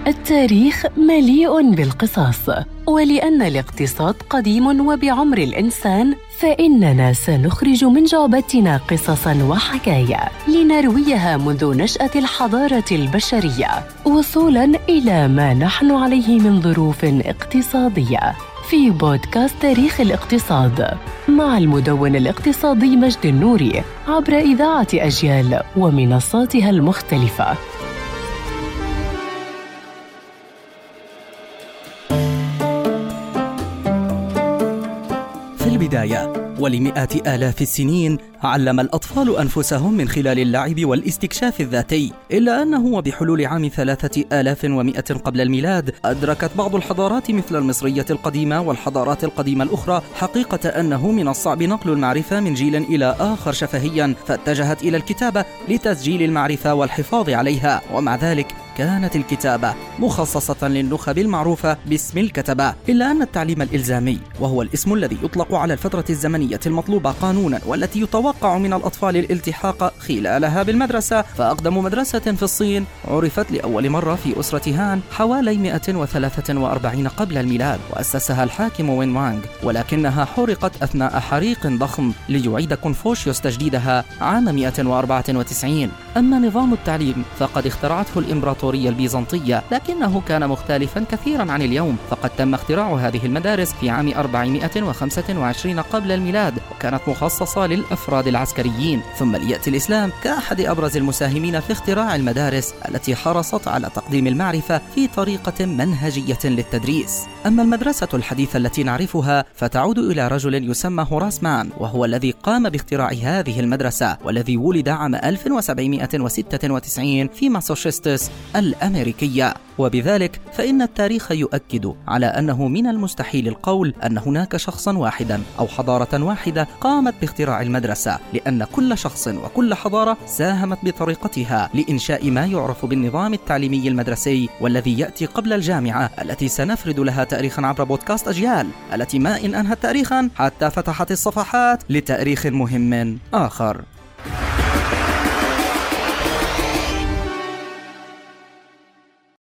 التاريخ مليء بالقصص، ولأن الاقتصاد قديم وبعمر الإنسان، فإننا سنخرج من جعبتنا قصصاً وحكايا لنرويها منذ نشأة الحضارة البشرية وصولاً إلى ما نحن عليه من ظروف اقتصادية. في بودكاست تاريخ الاقتصاد مع المدون الاقتصادي مجد النوري عبر إذاعة أجيال ومنصاتها المختلفة. في البداية ولمئات آلاف السنين علم الأطفال أنفسهم من خلال اللعب والاستكشاف الذاتي، إلا أنه وبحلول عام 3100 قبل الميلاد أدركت بعض الحضارات مثل المصرية القديمة والحضارات القديمة الأخرى حقيقة أنه من الصعب نقل المعرفة من جيل إلى آخر شفهيا، فاتجهت إلى الكتابة لتسجيل المعرفة والحفاظ عليها. ومع ذلك كانت الكتابة مخصصة للنخب المعروفة باسم الكتبة، إلا أن التعليم الإلزامي، وهو الاسم الذي يطلق على الفترة الزمنية المطلوبة قانونا والتي يتوقع من الأطفال الالتحاق خلالها بالمدرسة، فأقدم مدرسة في الصين عرفت لأول مرة في أسرة هان حوالي 143 قبل الميلاد، وأسسها الحاكم وين وانغ، ولكنها حرقت أثناء حريق ضخم ليعيد كونفوشيوس تجديدها عام 194. أما نظام التعليم فقد اخترعته الإمبراطورية البيزنطية، لكنه كان مختلفا كثيرا عن اليوم، فقد تم اختراع هذه المدارس في عام 425 قبل الميلاد، وكانت مخصصة للأفراد العسكريين. ثم ليأتي الإسلام كأحد أبرز المساهمين في اختراع المدارس التي حرصت على تقديم المعرفة في طريقة منهجية للتدريس. أما المدرسة الحديثة التي نعرفها فتعود إلى رجل يسمى هوراس مان، وهو الذي قام باختراع هذه المدرسة، والذي ولد عام 1796 في ماساتشوستس الأمريكية. وبذلك فإن التاريخ يؤكد على أنه من المستحيل القول أن هناك شخصا واحدا أو حضارة واحدة قامت باختراع المدرسة، لأن كل شخص وكل حضارة ساهمت بطريقتها لإنشاء ما يعرف بالنظام التعليمي المدرسي، والذي يأتي قبل الجامعة التي سنفرد لها تاريخا عبر بودكاست أجيال، التي ما إن أنهت تاريخا حتى فتحت الصفحات لتاريخ مهم آخر.